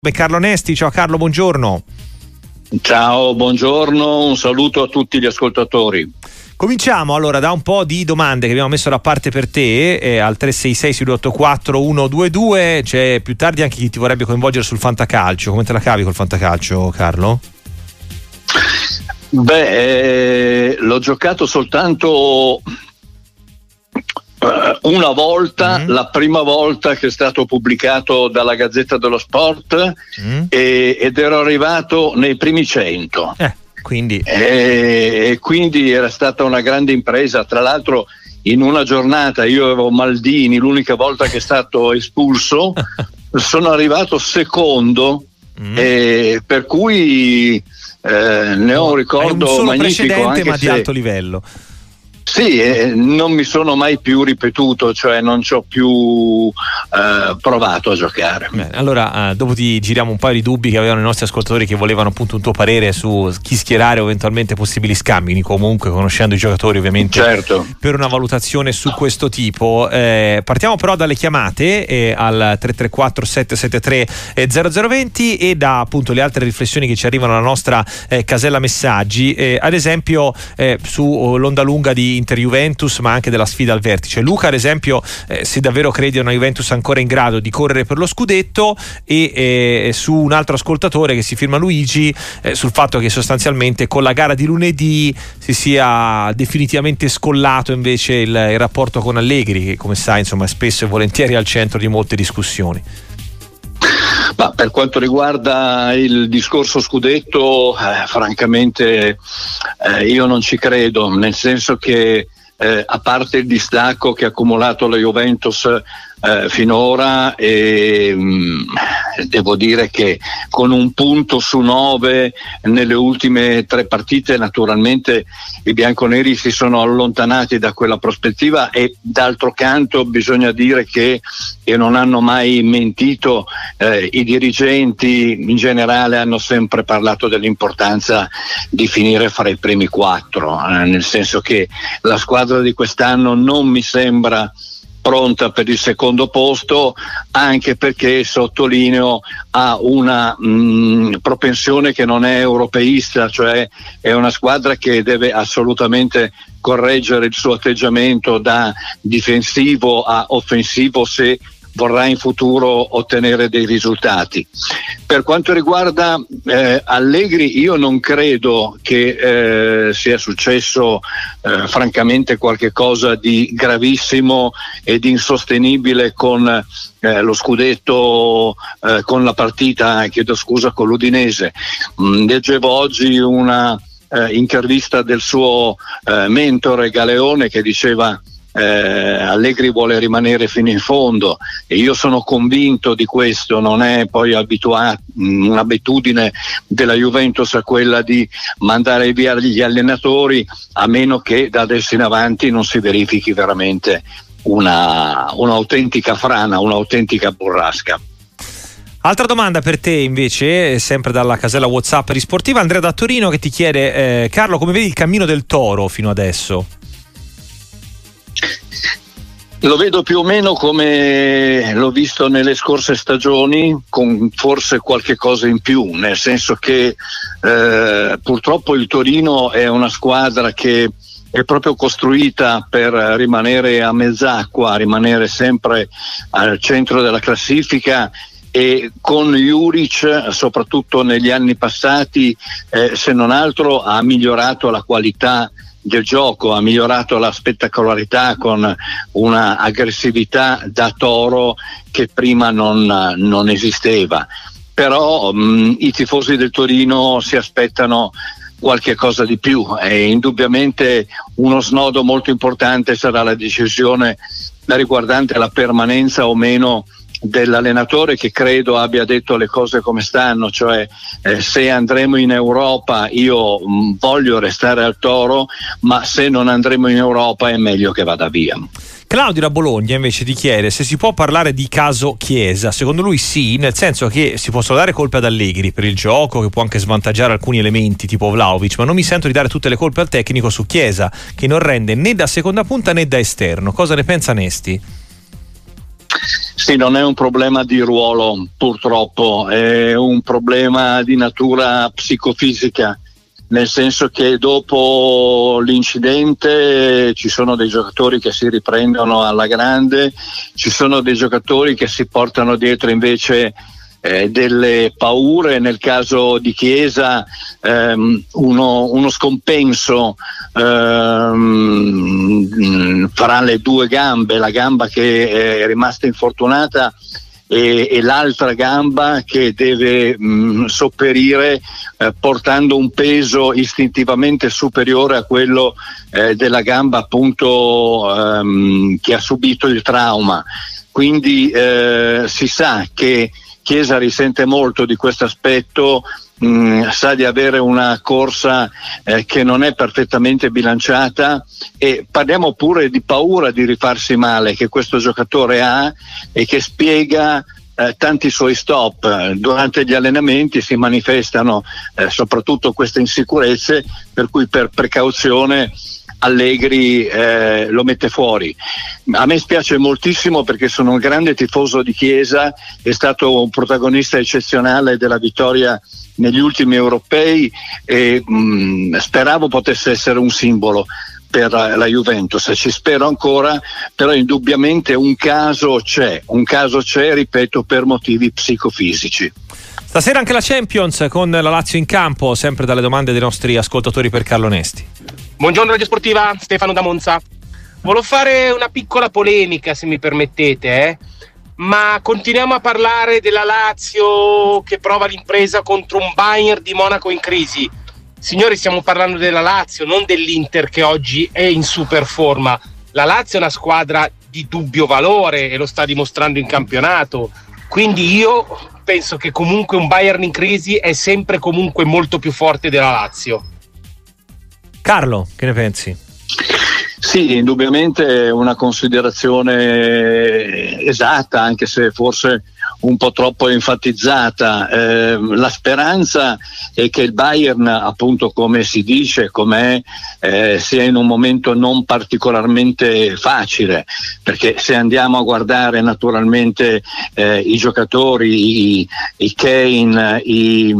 Carlo Nesti. Ciao Carlo, buongiorno. Ciao, buongiorno, un saluto a tutti gli ascoltatori. Cominciamo allora da un po' di domande che abbiamo messo da parte per te al 366-684-122. C'è più tardi anche chi ti vorrebbe coinvolgere sul fantacalcio. Come te la cavi col fantacalcio, Carlo? L'ho giocato soltanto una volta, la prima volta che è stato pubblicato dalla Gazzetta dello Sport, ed ero arrivato nei primi 100. Quindi era stata una grande impresa. Tra l'altro in una giornata io avevo Maldini, l'unica volta che è stato espulso, sono arrivato secondo, per cui ne ho un ricordo magnifico, precedente, anche ma di alto livello. Sì, non mi sono mai più ripetuto, cioè non ci ho più provato a giocare. Bene, allora dopo ti giriamo un paio di dubbi che avevano i nostri ascoltatori, che volevano appunto un tuo parere su chi schierare o eventualmente possibili scambi, comunque conoscendo i giocatori ovviamente, certo, per una valutazione su questo tipo. Partiamo però dalle chiamate al 334 773 0020 e da appunto le altre riflessioni che ci arrivano alla nostra casella messaggi, ad esempio su l'onda lunga di Inter-Juventus, ma anche della sfida al vertice. Luca ad esempio, se davvero credi a una Juventus ancora in grado di correre per lo scudetto, e su un altro ascoltatore che si firma Luigi, sul fatto che sostanzialmente con la gara di lunedì si sia definitivamente scollato invece il rapporto con Allegri, che come sai insomma è spesso e volentieri al centro di molte discussioni. Ma per quanto riguarda il discorso scudetto, francamente io non ci credo, nel senso che a parte il distacco che ha accumulato la Juventus finora, devo dire che con un punto su 9 nelle ultime 3 partite naturalmente i bianconeri si sono allontanati da quella prospettiva, e d'altro canto bisogna dire che non hanno mai mentito, i dirigenti in generale hanno sempre parlato dell'importanza di finire fra i primi 4, nel senso che la squadra di quest'anno non mi sembra pronta per il secondo posto, anche perché, sottolineo, ha una propensione che non è europeista, cioè è una squadra che deve assolutamente correggere il suo atteggiamento da difensivo a offensivo se vorrà in futuro ottenere dei risultati. Per quanto riguarda Allegri, io non credo che sia successo francamente qualche cosa di gravissimo e di insostenibile con lo scudetto, con la partita, chiedo scusa, con l'Udinese. Leggevo oggi una intervista del suo mentore Galeone che diceva Allegri vuole rimanere fino in fondo, e io sono convinto di questo. Non è poi un'abitudine della Juventus a quella di mandare via gli allenatori, a meno che da adesso in avanti non si verifichi veramente un'autentica frana, un'autentica burrasca. Altra domanda per te invece, sempre dalla casella WhatsApp Risportiva, Andrea da Torino, che ti chiede: Carlo, come vedi il cammino del Toro fino adesso? Lo vedo più o meno come l'ho visto nelle scorse stagioni, con forse qualche cosa in più, nel senso che purtroppo il Torino è una squadra che è proprio costruita per rimanere a mezz'acqua, rimanere sempre al centro della classifica, e con Juric, soprattutto negli anni passati, se non altro ha migliorato la qualità del gioco, ha migliorato la spettacolarità con una aggressività da toro che prima non esisteva. Però i tifosi del Torino si aspettano qualche cosa di più, e indubbiamente uno snodo molto importante sarà la decisione riguardante la permanenza o meno dell'allenatore, che credo abbia detto le cose come stanno, cioè se andremo in Europa io voglio restare al Toro, ma se non andremo in Europa è meglio che vada via. Claudio da Bologna invece ti chiede se si può parlare di caso Chiesa. Secondo lui sì, nel senso che si possono dare colpe ad Allegri per il gioco, che può anche svantaggiare alcuni elementi tipo Vlahovic, ma non mi sento di dare tutte le colpe al tecnico su Chiesa, che non rende né da seconda punta né da esterno. Cosa ne pensa Nesti? Sì, non è un problema di ruolo, purtroppo, è un problema di natura psicofisica, nel senso che dopo l'incidente ci sono dei giocatori che si riprendono alla grande, ci sono dei giocatori che si portano dietro invece delle paure. Nel caso di Chiesa uno scompenso fra le due gambe, la gamba che è rimasta infortunata e l'altra gamba che deve sopperire portando un peso istintivamente superiore a quello della gamba appunto che ha subito il trauma. Quindi si sa che Chiesa risente molto di questo aspetto, sa di avere una corsa che non è perfettamente bilanciata, e parliamo pure di paura di rifarsi male che questo giocatore ha e che spiega tanti suoi stop. Durante gli allenamenti si manifestano soprattutto queste insicurezze, per cui per precauzione Allegri lo mette fuori. A me spiace moltissimo perché sono un grande tifoso di Chiesa, è stato un protagonista eccezionale della vittoria negli ultimi europei e speravo potesse essere un simbolo per la Juventus, ci spero ancora, però indubbiamente un caso c'è, ripeto, per motivi psicofisici. Stasera anche la Champions con la Lazio in campo, sempre dalle domande dei nostri ascoltatori per Carlo Nesti. Buongiorno Radio Sportiva, Stefano da Monza. Volevo fare una piccola polemica, se mi permettete, ma continuiamo a parlare della Lazio che prova l'impresa contro un Bayern di Monaco in crisi. Signori, stiamo parlando della Lazio, non dell'Inter che oggi è in super forma. La Lazio è una squadra di dubbio valore e lo sta dimostrando in campionato. Quindi io penso che comunque un Bayern in crisi è sempre comunque molto più forte della Lazio. Carlo, che ne pensi? Sì, indubbiamente è una considerazione esatta, anche se forse un po' troppo enfatizzata. La speranza è che il Bayern, appunto come si dice, sia in un momento non particolarmente facile, perché se andiamo a guardare naturalmente i giocatori, i Kane, i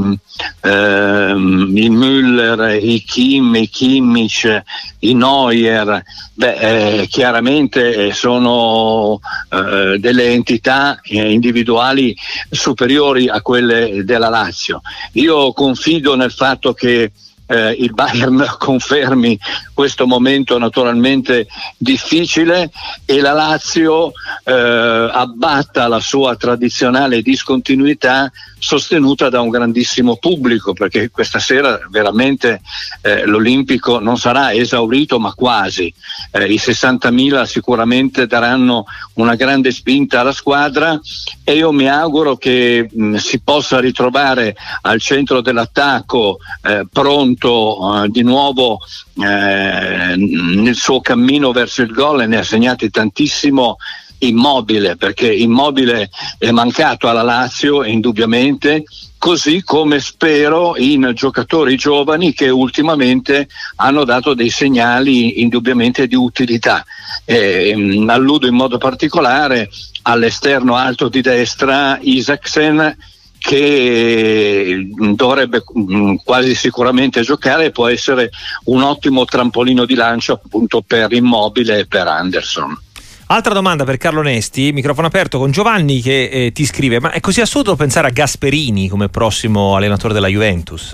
Müller, i Kim, i Kimmich, i Neuer, chiaramente sono delle entità individuali superiori a quelle della Lazio. Io confido nel fatto che il Bayern confermi questo momento naturalmente difficile e la Lazio abbatta la sua tradizionale discontinuità sostenuta da un grandissimo pubblico, perché questa sera veramente l'Olimpico non sarà esaurito ma quasi. I 60.000 sicuramente daranno una grande spinta alla squadra e io mi auguro che si possa ritrovare al centro dell'attacco pronto di nuovo nel suo cammino verso il gol, e ne ha segnati tantissimo Immobile, perché Immobile è mancato alla Lazio indubbiamente, così come spero in giocatori giovani che ultimamente hanno dato dei segnali indubbiamente di utilità. Alludo in modo particolare all'esterno alto di destra Isaksen, che dovrebbe quasi sicuramente giocare e può essere un ottimo trampolino di lancio appunto per Immobile e per Anderson. Altra domanda per Carlo Nesti, microfono aperto, con Giovanni che ti scrive: ma è così assurdo pensare a Gasperini come prossimo allenatore della Juventus?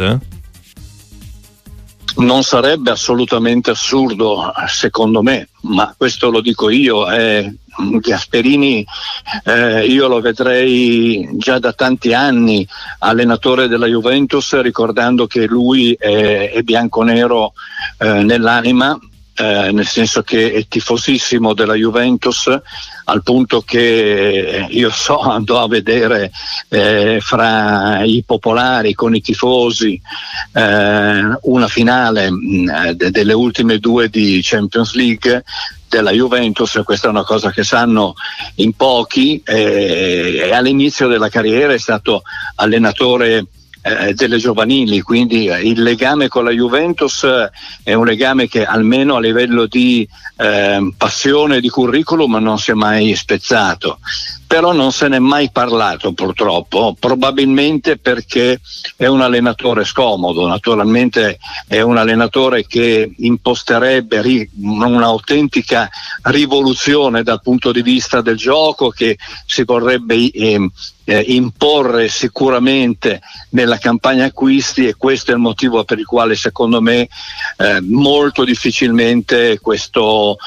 Non sarebbe assolutamente assurdo, secondo me, ma questo lo dico io. Gasperini io lo vedrei già da tanti anni allenatore della Juventus, ricordando che lui è bianconero nell'anima. Nel senso che è tifosissimo della Juventus, al punto che io andò a vedere fra i popolari con i tifosi una finale delle ultime due di Champions League della Juventus. Questa è una cosa che sanno in pochi, e all'inizio della carriera è stato allenatore delle giovanili, quindi il legame con la Juventus è un legame che almeno a livello di passione, di curriculum, non si è mai spezzato. però non se n'è mai parlato purtroppo, probabilmente perché è un allenatore scomodo. Naturalmente è un allenatore che imposterebbe un'autentica rivoluzione dal punto di vista del gioco, che si vorrebbe imporre sicuramente nella campagna acquisti, e questo è il motivo per il quale secondo me molto difficilmente questo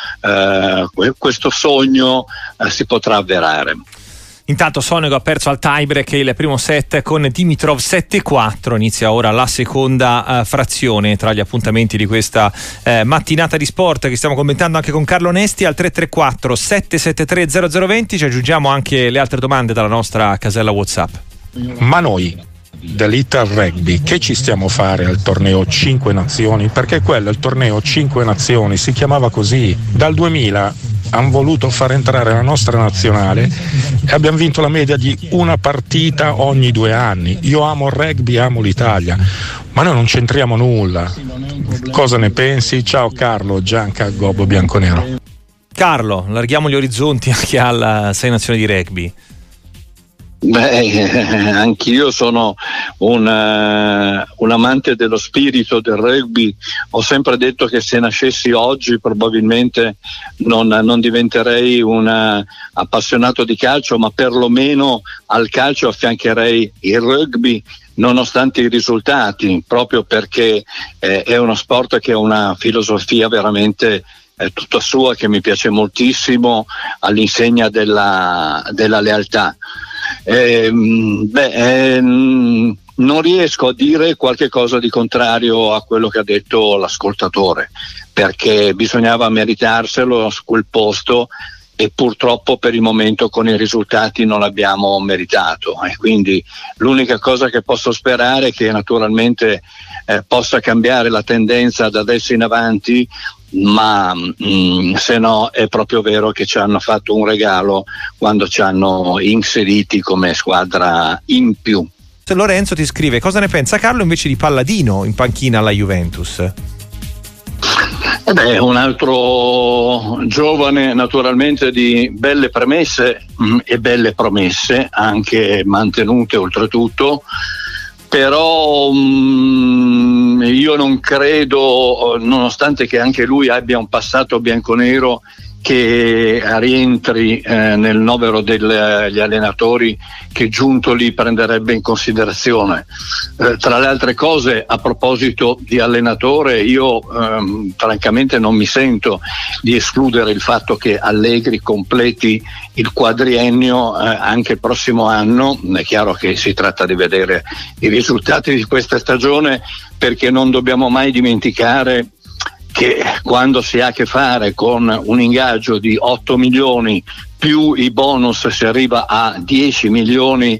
sogno si potrà avverare. Intanto Sonego ha perso al tiebreak il primo set con Dimitrov 7-4. Inizia ora la seconda frazione tra gli appuntamenti di questa mattinata di sport che stiamo commentando anche con Carlo Nesti. Al 334 773 0020 ci aggiungiamo anche le altre domande dalla nostra casella WhatsApp. Ma noi dell'Ital Rugby che ci stiamo a fare al torneo 5 Nazioni? Perché quello, il torneo 5 Nazioni, si chiamava così dal 2000. Hanno voluto far entrare la nostra nazionale e abbiamo vinto la media di una partita ogni 2 anni. Io amo il rugby, amo l'Italia, ma noi non c'entriamo nulla. Cosa ne pensi? Ciao Carlo, Gianca, Gobbo Bianconero. Carlo, allarghiamo gli orizzonti anche alla 6 Nazioni di rugby. Anch'io sono un amante dello spirito del rugby. Ho sempre detto che se nascessi oggi probabilmente non diventerei un appassionato di calcio, ma perlomeno al calcio affiancherei il rugby, nonostante i risultati, proprio perché è uno sport che ha una filosofia veramente tutta sua, che mi piace moltissimo, all'insegna della lealtà. Non riesco a dire qualche cosa di contrario a quello che ha detto l'ascoltatore, perché bisognava meritarselo su quel posto e purtroppo per il momento con i risultati non l'abbiamo meritato, e quindi l'unica cosa che posso sperare è che naturalmente possa cambiare la tendenza da adesso in avanti, ma se no è proprio vero che ci hanno fatto un regalo quando ci hanno inseriti come squadra in più. Lorenzo ti scrive: cosa ne pensa Carlo invece di Palladino in panchina alla Juventus? Un altro giovane naturalmente di belle premesse e belle promesse, anche mantenute oltretutto, però io non credo, nonostante che anche lui abbia un passato bianconero, che rientri nel novero degli allenatori che Giuntoli prenderebbe in considerazione. Tra le altre cose, a proposito di allenatore, io francamente non mi sento di escludere il fatto che Allegri completi il quadriennio anche il prossimo anno. È chiaro che si tratta di vedere i risultati di questa stagione, perché non dobbiamo mai dimenticare che quando si ha a che fare con un ingaggio di 8 milioni più i bonus si arriva a 10 milioni,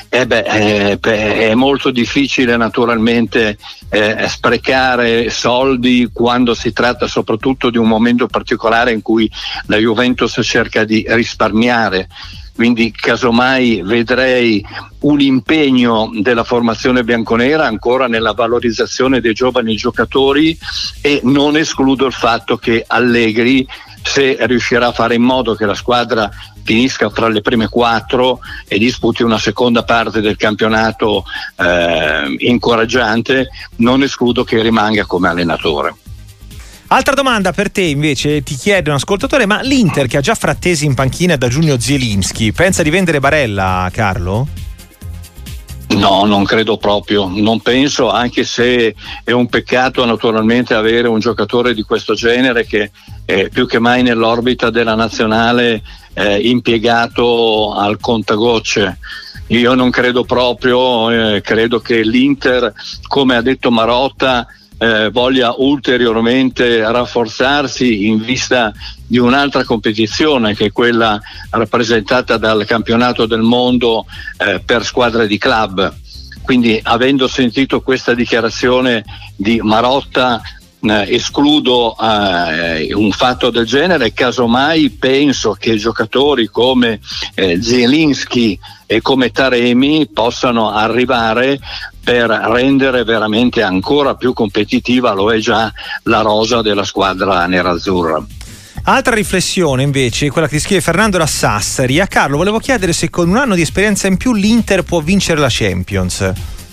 è molto difficile naturalmente sprecare soldi quando si tratta soprattutto di un momento particolare in cui la Juventus cerca di risparmiare. Quindi casomai vedrei un impegno della formazione bianconera ancora nella valorizzazione dei giovani giocatori, e non escludo il fatto che Allegri, se riuscirà a fare in modo che la squadra finisca fra le prime 4 e disputi una seconda parte del campionato incoraggiante, non escludo che rimanga come allenatore. Altra domanda per te invece, ti chiede un ascoltatore: ma l'Inter, che ha già Frattesi in panchina da giugno Zielinski, pensa di vendere Barella, Carlo? No, non credo proprio, non penso, anche se è un peccato naturalmente avere un giocatore di questo genere che è più che mai nell'orbita della nazionale impiegato al contagocce. Io non credo proprio, credo che l'Inter, come ha detto Marotta, voglia ulteriormente rafforzarsi in vista di un'altra competizione, che è quella rappresentata dal campionato del mondo per squadre di club. Quindi, avendo sentito questa dichiarazione di Marotta, escludo un fatto del genere. Casomai penso che giocatori come Zielinski e come Taremi possano arrivare per rendere veramente ancora più competitiva, lo è già, la rosa della squadra nerazzurra. Altra riflessione invece, quella che ti scrive Fernando da Sassari. A Carlo volevo chiedere se con un anno di esperienza in più l'Inter può vincere la Champions.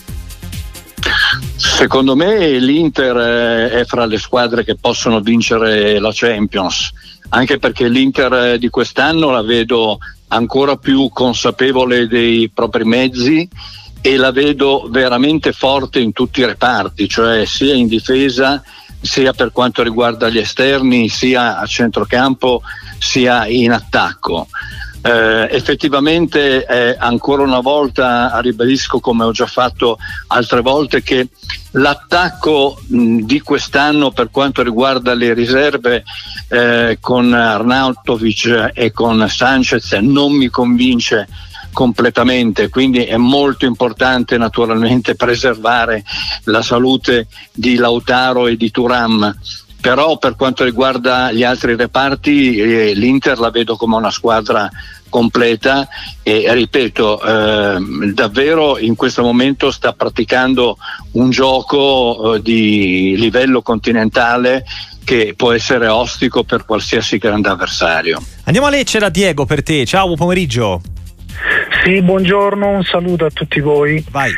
Secondo me l'Inter è fra le squadre che possono vincere la Champions, anche perché l'Inter di quest'anno la vedo ancora più consapevole dei propri mezzi e la vedo veramente forte in tutti i reparti, cioè sia in difesa, sia per quanto riguarda gli esterni, sia a centrocampo, sia in attacco. Effettivamente ancora una volta ribadisco, come ho già fatto altre volte, che l'attacco di quest'anno per quanto riguarda le riserve con Arnautovic e con Sanchez non mi convince completamente, quindi è molto importante naturalmente preservare la salute di Lautaro e di Thuram. Però per quanto riguarda gli altri reparti l'Inter la vedo come una squadra completa e ripeto davvero in questo momento sta praticando un gioco di livello continentale che può essere ostico per qualsiasi grande avversario. Andiamo a Lecce da Diego per te, ciao, buon pomeriggio. Sì, buongiorno, un saluto a tutti voi. Vai.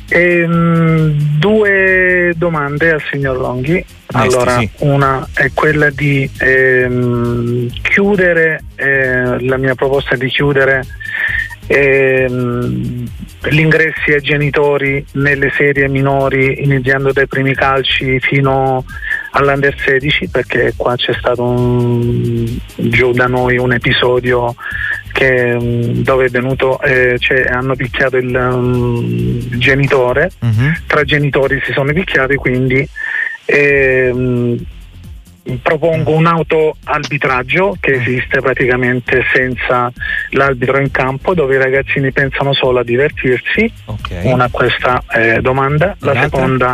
Due domande al signor Longhi. Allora, sì. Una è quella di chiudere, la mia proposta è di chiudere gli ingressi ai genitori nelle serie minori, iniziando dai primi calci fino all'Under 16, perché qua c'è stato giù da noi un episodio dove è venuto hanno picchiato il genitore, tra genitori si sono picchiati, quindi propongo un autoarbitraggio che esiste praticamente senza l'arbitro in campo, dove i ragazzini pensano solo a divertirsi. Una questa domanda. La seconda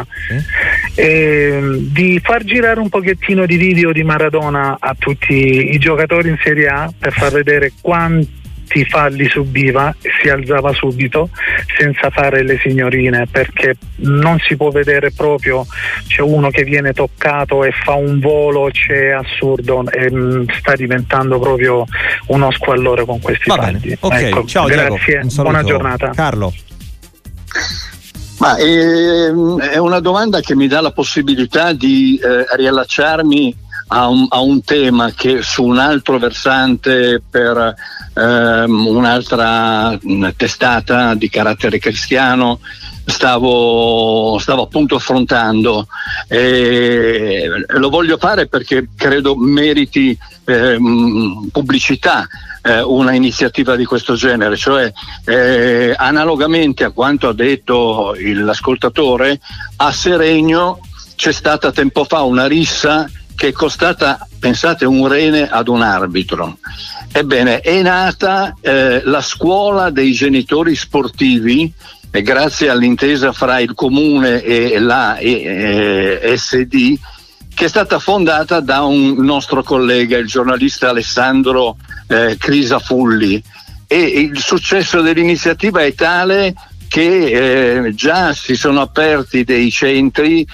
di far girare un pochettino di video di Maradona a tutti i giocatori in Serie A per far vedere quanti falli subiva, si alzava subito senza fare le signorine, perché non si può vedere proprio, c'è uno che viene toccato e fa un volo, c'è assurdo, e sta diventando proprio uno squallore con questi falli. Ecco, ciao, grazie, Diego, buona giornata. Carlo. Ma è una domanda che mi dà la possibilità di riallacciarmi a un tema che su un altro versante per un'altra testata di carattere cristiano stavo appunto affrontando, e lo voglio fare perché credo meriti pubblicità una iniziativa di questo genere, cioè analogamente a quanto ha detto l'ascoltatore, a Seregno c'è stata tempo fa una rissa che è costata, pensate, un rene ad un arbitro. Ebbene, è nata la scuola dei genitori sportivi, grazie all'intesa fra il comune e la SD, che è stata fondata da un nostro collega, il giornalista Alessandro Crisafulli, e il successo dell'iniziativa è tale che già si sono aperti dei centri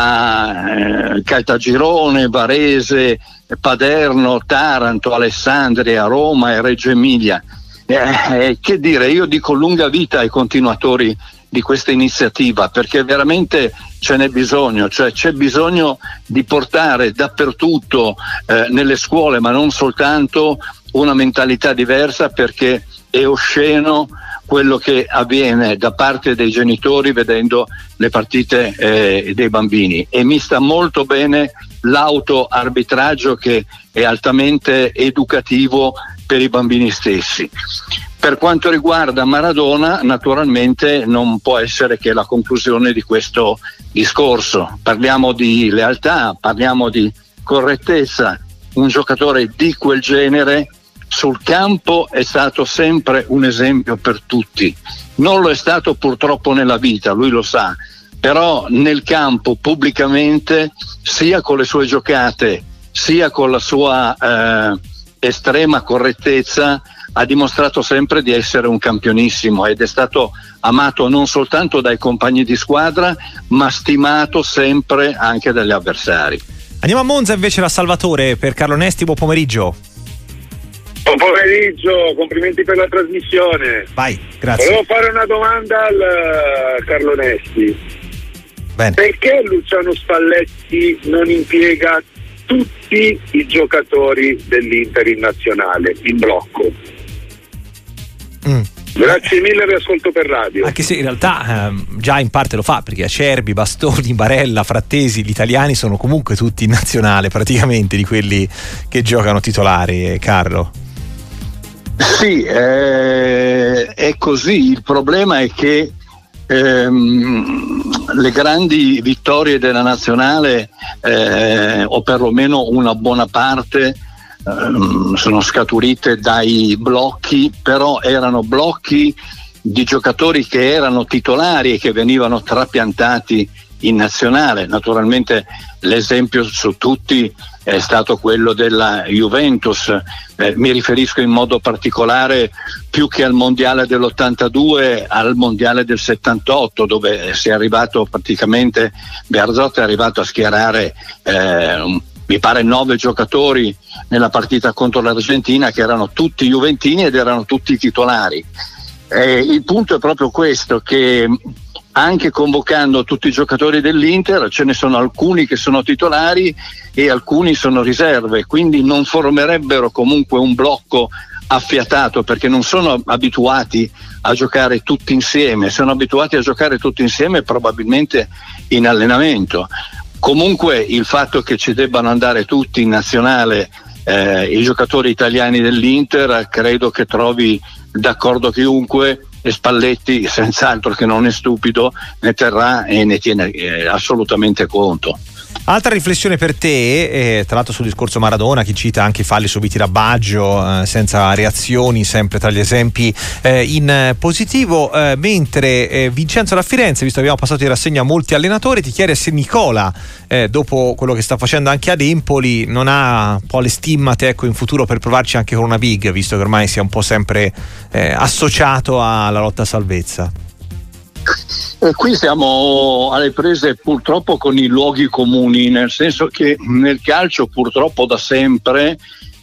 a Caltagirone, Varese, Paderno, Taranto, Alessandria, Roma e Reggio Emilia. Che dire, io dico lunga vita ai continuatori di questa iniziativa, perché veramente ce n'è bisogno, cioè c'è bisogno di portare dappertutto nelle scuole, ma non soltanto, una mentalità diversa, perché è osceno quello che avviene da parte dei genitori vedendo le partite dei bambini, e mi sta molto bene l'autoarbitraggio, che è altamente educativo per i bambini stessi. Per quanto riguarda Maradona, naturalmente non può essere che la conclusione di questo discorso. Parliamo di lealtà, parliamo di correttezza. Un giocatore di quel genere sul campo è stato sempre un esempio per tutti. Non lo è stato purtroppo nella vita, lui lo sa, però nel campo pubblicamente, sia con le sue giocate sia con la sua estrema correttezza, ha dimostrato sempre di essere un campionissimo, ed è stato amato non soltanto dai compagni di squadra, ma stimato sempre anche dagli avversari. Andiamo a Monza invece da Salvatore per Carlo Nesti, buon pomeriggio. Buon pomeriggio, complimenti per la trasmissione. Vai, grazie. Volevo fare una domanda al Carlo Nesti. Bene. Perché Luciano Spalletti non impiega tutti i giocatori dell'Inter in nazionale in blocco? Grazie mille, vi ascolto per radio. Anche se in realtà già in parte lo fa, perché Acerbi, Bastoni, Barella, Frattesi, gli italiani sono comunque tutti in nazionale praticamente, di quelli che giocano titolari, Carlo. Sì, è così. Il problema è che le grandi vittorie della nazionale, o perlomeno una buona parte, sono scaturite dai blocchi, però erano blocchi di giocatori che erano titolari e che venivano trapiantati in nazionale. Naturalmente l'esempio su tutti è stato quello della Juventus. Mi riferisco in modo particolare, più che al mondiale dell'82, al mondiale del 78, dove si è arrivato praticamente, Bearzot è arrivato a schierare mi pare 9 giocatori nella partita contro l'Argentina che erano tutti juventini ed erano tutti titolari. Il punto è proprio questo, che anche convocando tutti i giocatori dell'Inter ce ne sono alcuni che sono titolari e alcuni sono riserve, quindi non formerebbero comunque un blocco affiatato, perché non sono abituati a giocare tutti insieme, sono abituati a giocare tutti insieme probabilmente in allenamento. Comunque il fatto che ci debbano andare tutti in nazionale i giocatori italiani dell'Inter, credo che trovi d'accordo chiunque, e Spalletti senz'altro, che non è stupido, ne terrà e ne tiene assolutamente conto. Altra riflessione per te, tra l'altro sul discorso Maradona, chi cita anche i falli subiti da Baggio senza reazioni, sempre tra gli esempi in positivo, mentre Vincenzo da Firenze, visto che abbiamo passato in rassegna molti allenatori, ti chiede se Nicola, dopo quello che sta facendo anche ad Empoli, non ha un po' le stimmate, ecco, in futuro per provarci anche con una big, visto che ormai si è un po' sempre associato alla lotta a salvezza. Qui siamo alle prese purtroppo con i luoghi comuni, nel senso che nel calcio purtroppo da sempre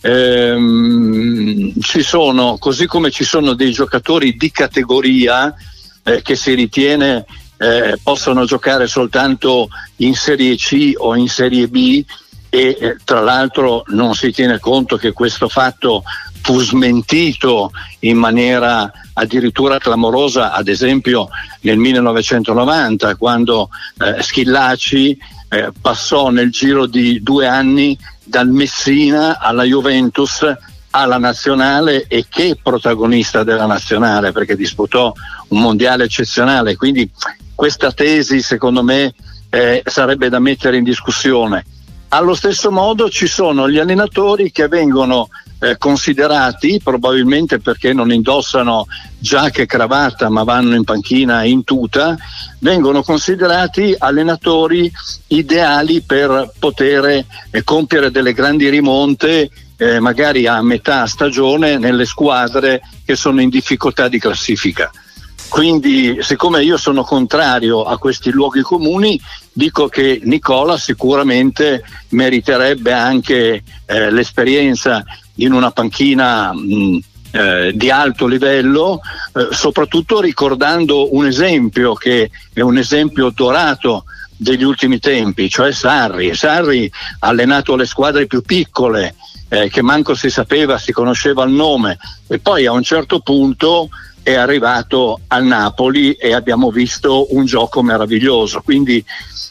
ci sono, così come ci sono dei giocatori di categoria che si ritiene possono giocare soltanto in Serie C o in Serie B, e tra l'altro non si tiene conto che questo fatto fu smentito in maniera addirittura clamorosa, ad esempio nel 1990, quando Schillaci passò nel giro di 2 anni dal Messina alla Juventus alla nazionale, e che protagonista della nazionale, perché disputò un mondiale eccezionale. Quindi questa tesi, secondo me, sarebbe da mettere in discussione. Allo stesso modo ci sono gli allenatori che vengono considerati, probabilmente perché non indossano giacca e cravatta ma vanno in panchina in tuta, vengono considerati allenatori ideali per poter compiere delle grandi rimonte magari a metà stagione nelle squadre che sono in difficoltà di classifica. Quindi, siccome io sono contrario a questi luoghi comuni, dico che Nicola sicuramente meriterebbe anche l'esperienza in una panchina di alto livello, soprattutto ricordando un esempio che è un esempio dorato degli ultimi tempi, cioè Sarri. Sarri ha allenato le squadre più piccole, che manco si sapeva, si conosceva il nome, e poi a un certo punto è arrivato al Napoli e abbiamo visto un gioco meraviglioso. Quindi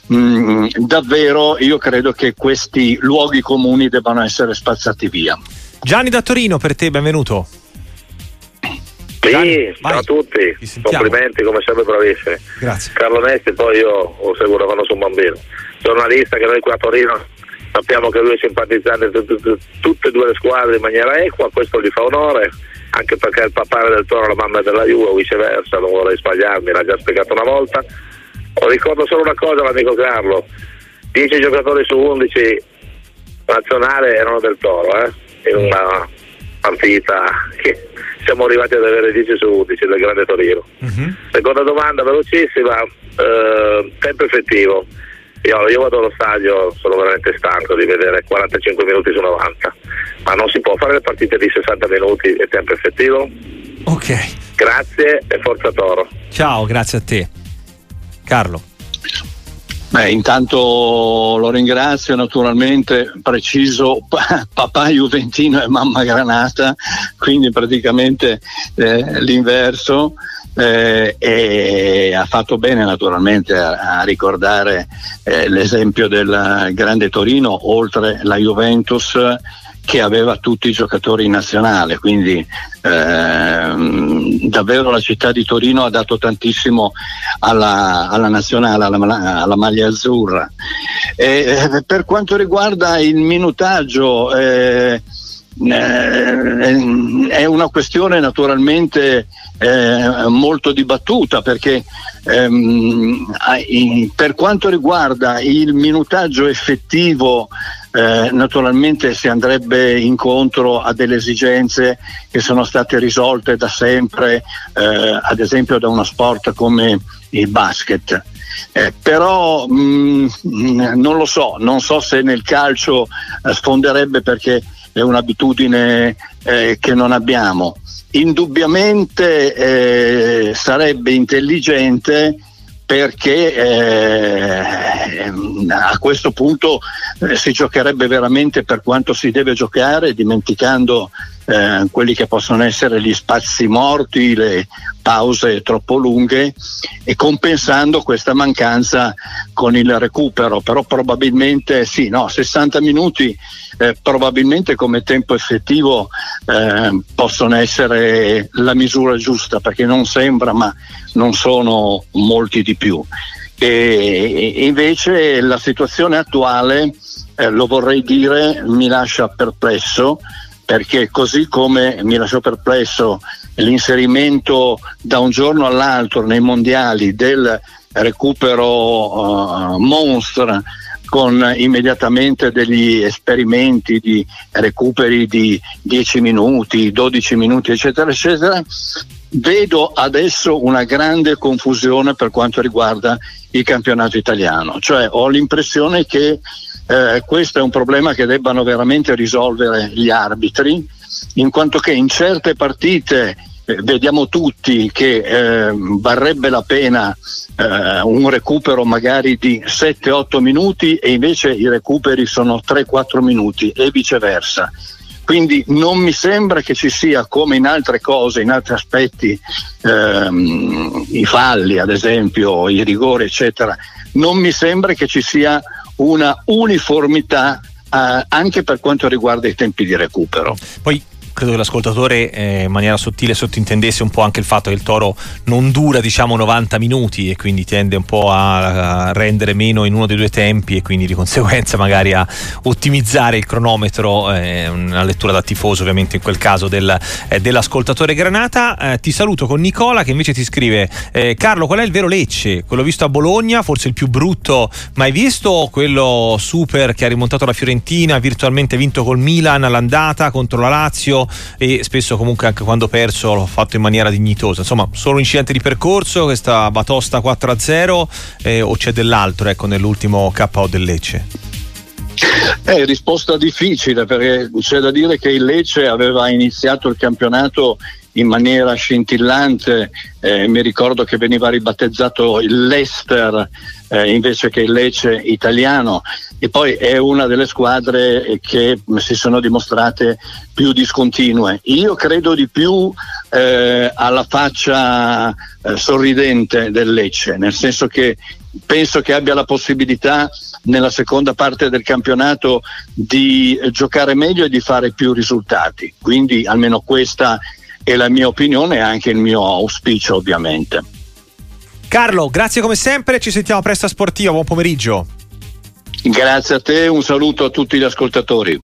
davvero io credo che questi luoghi comuni debbano essere spazzati via. Gianni da Torino, per te, benvenuto. Sì, Gianni, ciao a tutti, complimenti, come sempre bravissimi. Grazie. Carlo Nesti, poi io lo seguo da quando sono bambino, giornalista, che noi qui a Torino sappiamo che lui è simpatizzante di tutte e due le squadre in maniera equa, questo gli fa onore, anche perché il papà del Toro, la mamma della Juve, o viceversa, non vorrei sbagliarmi, l'ha già spiegato una volta. Ricordo solo una cosa, l'amico Carlo: 10 giocatori su 11 nazionale erano del Toro, in una partita che siamo arrivati ad avere 10 su 11 del Grande Torino. Seconda domanda velocissima, tempo effettivo. Io vado allo stadio, sono veramente stanco di vedere 45 minuti su 90, ma non si può fare le partite di 60 minuti e tempo effettivo? Ok. Grazie e forza Toro. Ciao, grazie a te. Carlo. Intanto lo ringrazio, naturalmente preciso papà juventino e mamma granata, quindi praticamente l'inverso, e ha fatto bene naturalmente a ricordare l'esempio del grande Torino, oltre la Juventus che aveva tutti i giocatori in nazionale, quindi davvero la città di Torino ha dato tantissimo alla nazionale, alla maglia azzurra. Per quanto riguarda il minutaggio, è una questione naturalmente molto dibattuta, perché per quanto riguarda il minutaggio effettivo, naturalmente si andrebbe incontro a delle esigenze che sono state risolte da sempre, ad esempio da uno sport come il basket. Però non lo so, non so se nel calcio sfonderebbe, perché è un'abitudine che non abbiamo. Indubbiamente sarebbe intelligente, perché a questo punto si giocherebbe veramente per quanto si deve giocare, dimenticando quelli che possono essere gli spazi morti, le pause troppo lunghe, e compensando questa mancanza con il recupero. Però probabilmente 60 minuti probabilmente come tempo effettivo possono essere la misura giusta, perché non sembra, ma non sono molti di più. E invece la situazione attuale, lo vorrei dire, mi lascia perplesso, perché così come mi lasciò perplesso l'inserimento da un giorno all'altro nei mondiali del recupero monster, con immediatamente degli esperimenti di recuperi di 10 minuti, 12 minuti, eccetera, eccetera, vedo adesso una grande confusione per quanto riguarda il campionato italiano. Cioè ho l'impressione che questo è un problema che debbano veramente risolvere gli arbitri, in quanto che in certe partite vediamo tutti che varrebbe la pena un recupero magari di 7-8 minuti, e invece i recuperi sono 3-4 minuti e viceversa. Quindi non mi sembra che ci sia, come in altre cose, in altri aspetti, i falli ad esempio, i rigori eccetera, non mi sembra che ci sia una uniformità anche per quanto riguarda i tempi di recupero. Poi credo che l'ascoltatore in maniera sottile sottintendesse un po' anche il fatto che il Toro non dura 90 minuti, e quindi tende un po' a rendere meno in uno dei due tempi, e quindi di conseguenza magari a ottimizzare il cronometro, una lettura da tifoso ovviamente in quel caso dell'ascoltatore Granata. Ti saluto con Nicola, che invece ti scrive: Carlo, qual è il vero Lecce? Quello visto a Bologna, forse il più brutto mai visto, quello super che ha rimontato la Fiorentina, virtualmente vinto col Milan all'andata contro la Lazio, e spesso comunque anche quando perso l'ho fatto in maniera dignitosa. Insomma, solo un incidente di percorso, questa batosta 4-0, o c'è dell'altro nell'ultimo KO del Lecce? Risposta difficile, perché c'è da dire che il Lecce aveva iniziato il campionato in maniera scintillante, mi ricordo che veniva ribattezzato il Leicester invece che il Lecce italiano, e poi è una delle squadre che si sono dimostrate più discontinue. Io credo di più alla faccia sorridente del Lecce, nel senso che penso che abbia la possibilità nella seconda parte del campionato di giocare meglio e di fare più risultati, quindi almeno questa è la mia opinione e anche il mio auspicio, ovviamente. Carlo, grazie come sempre, ci sentiamo presto a Sportiva, buon pomeriggio. Grazie a te, un saluto a tutti gli ascoltatori.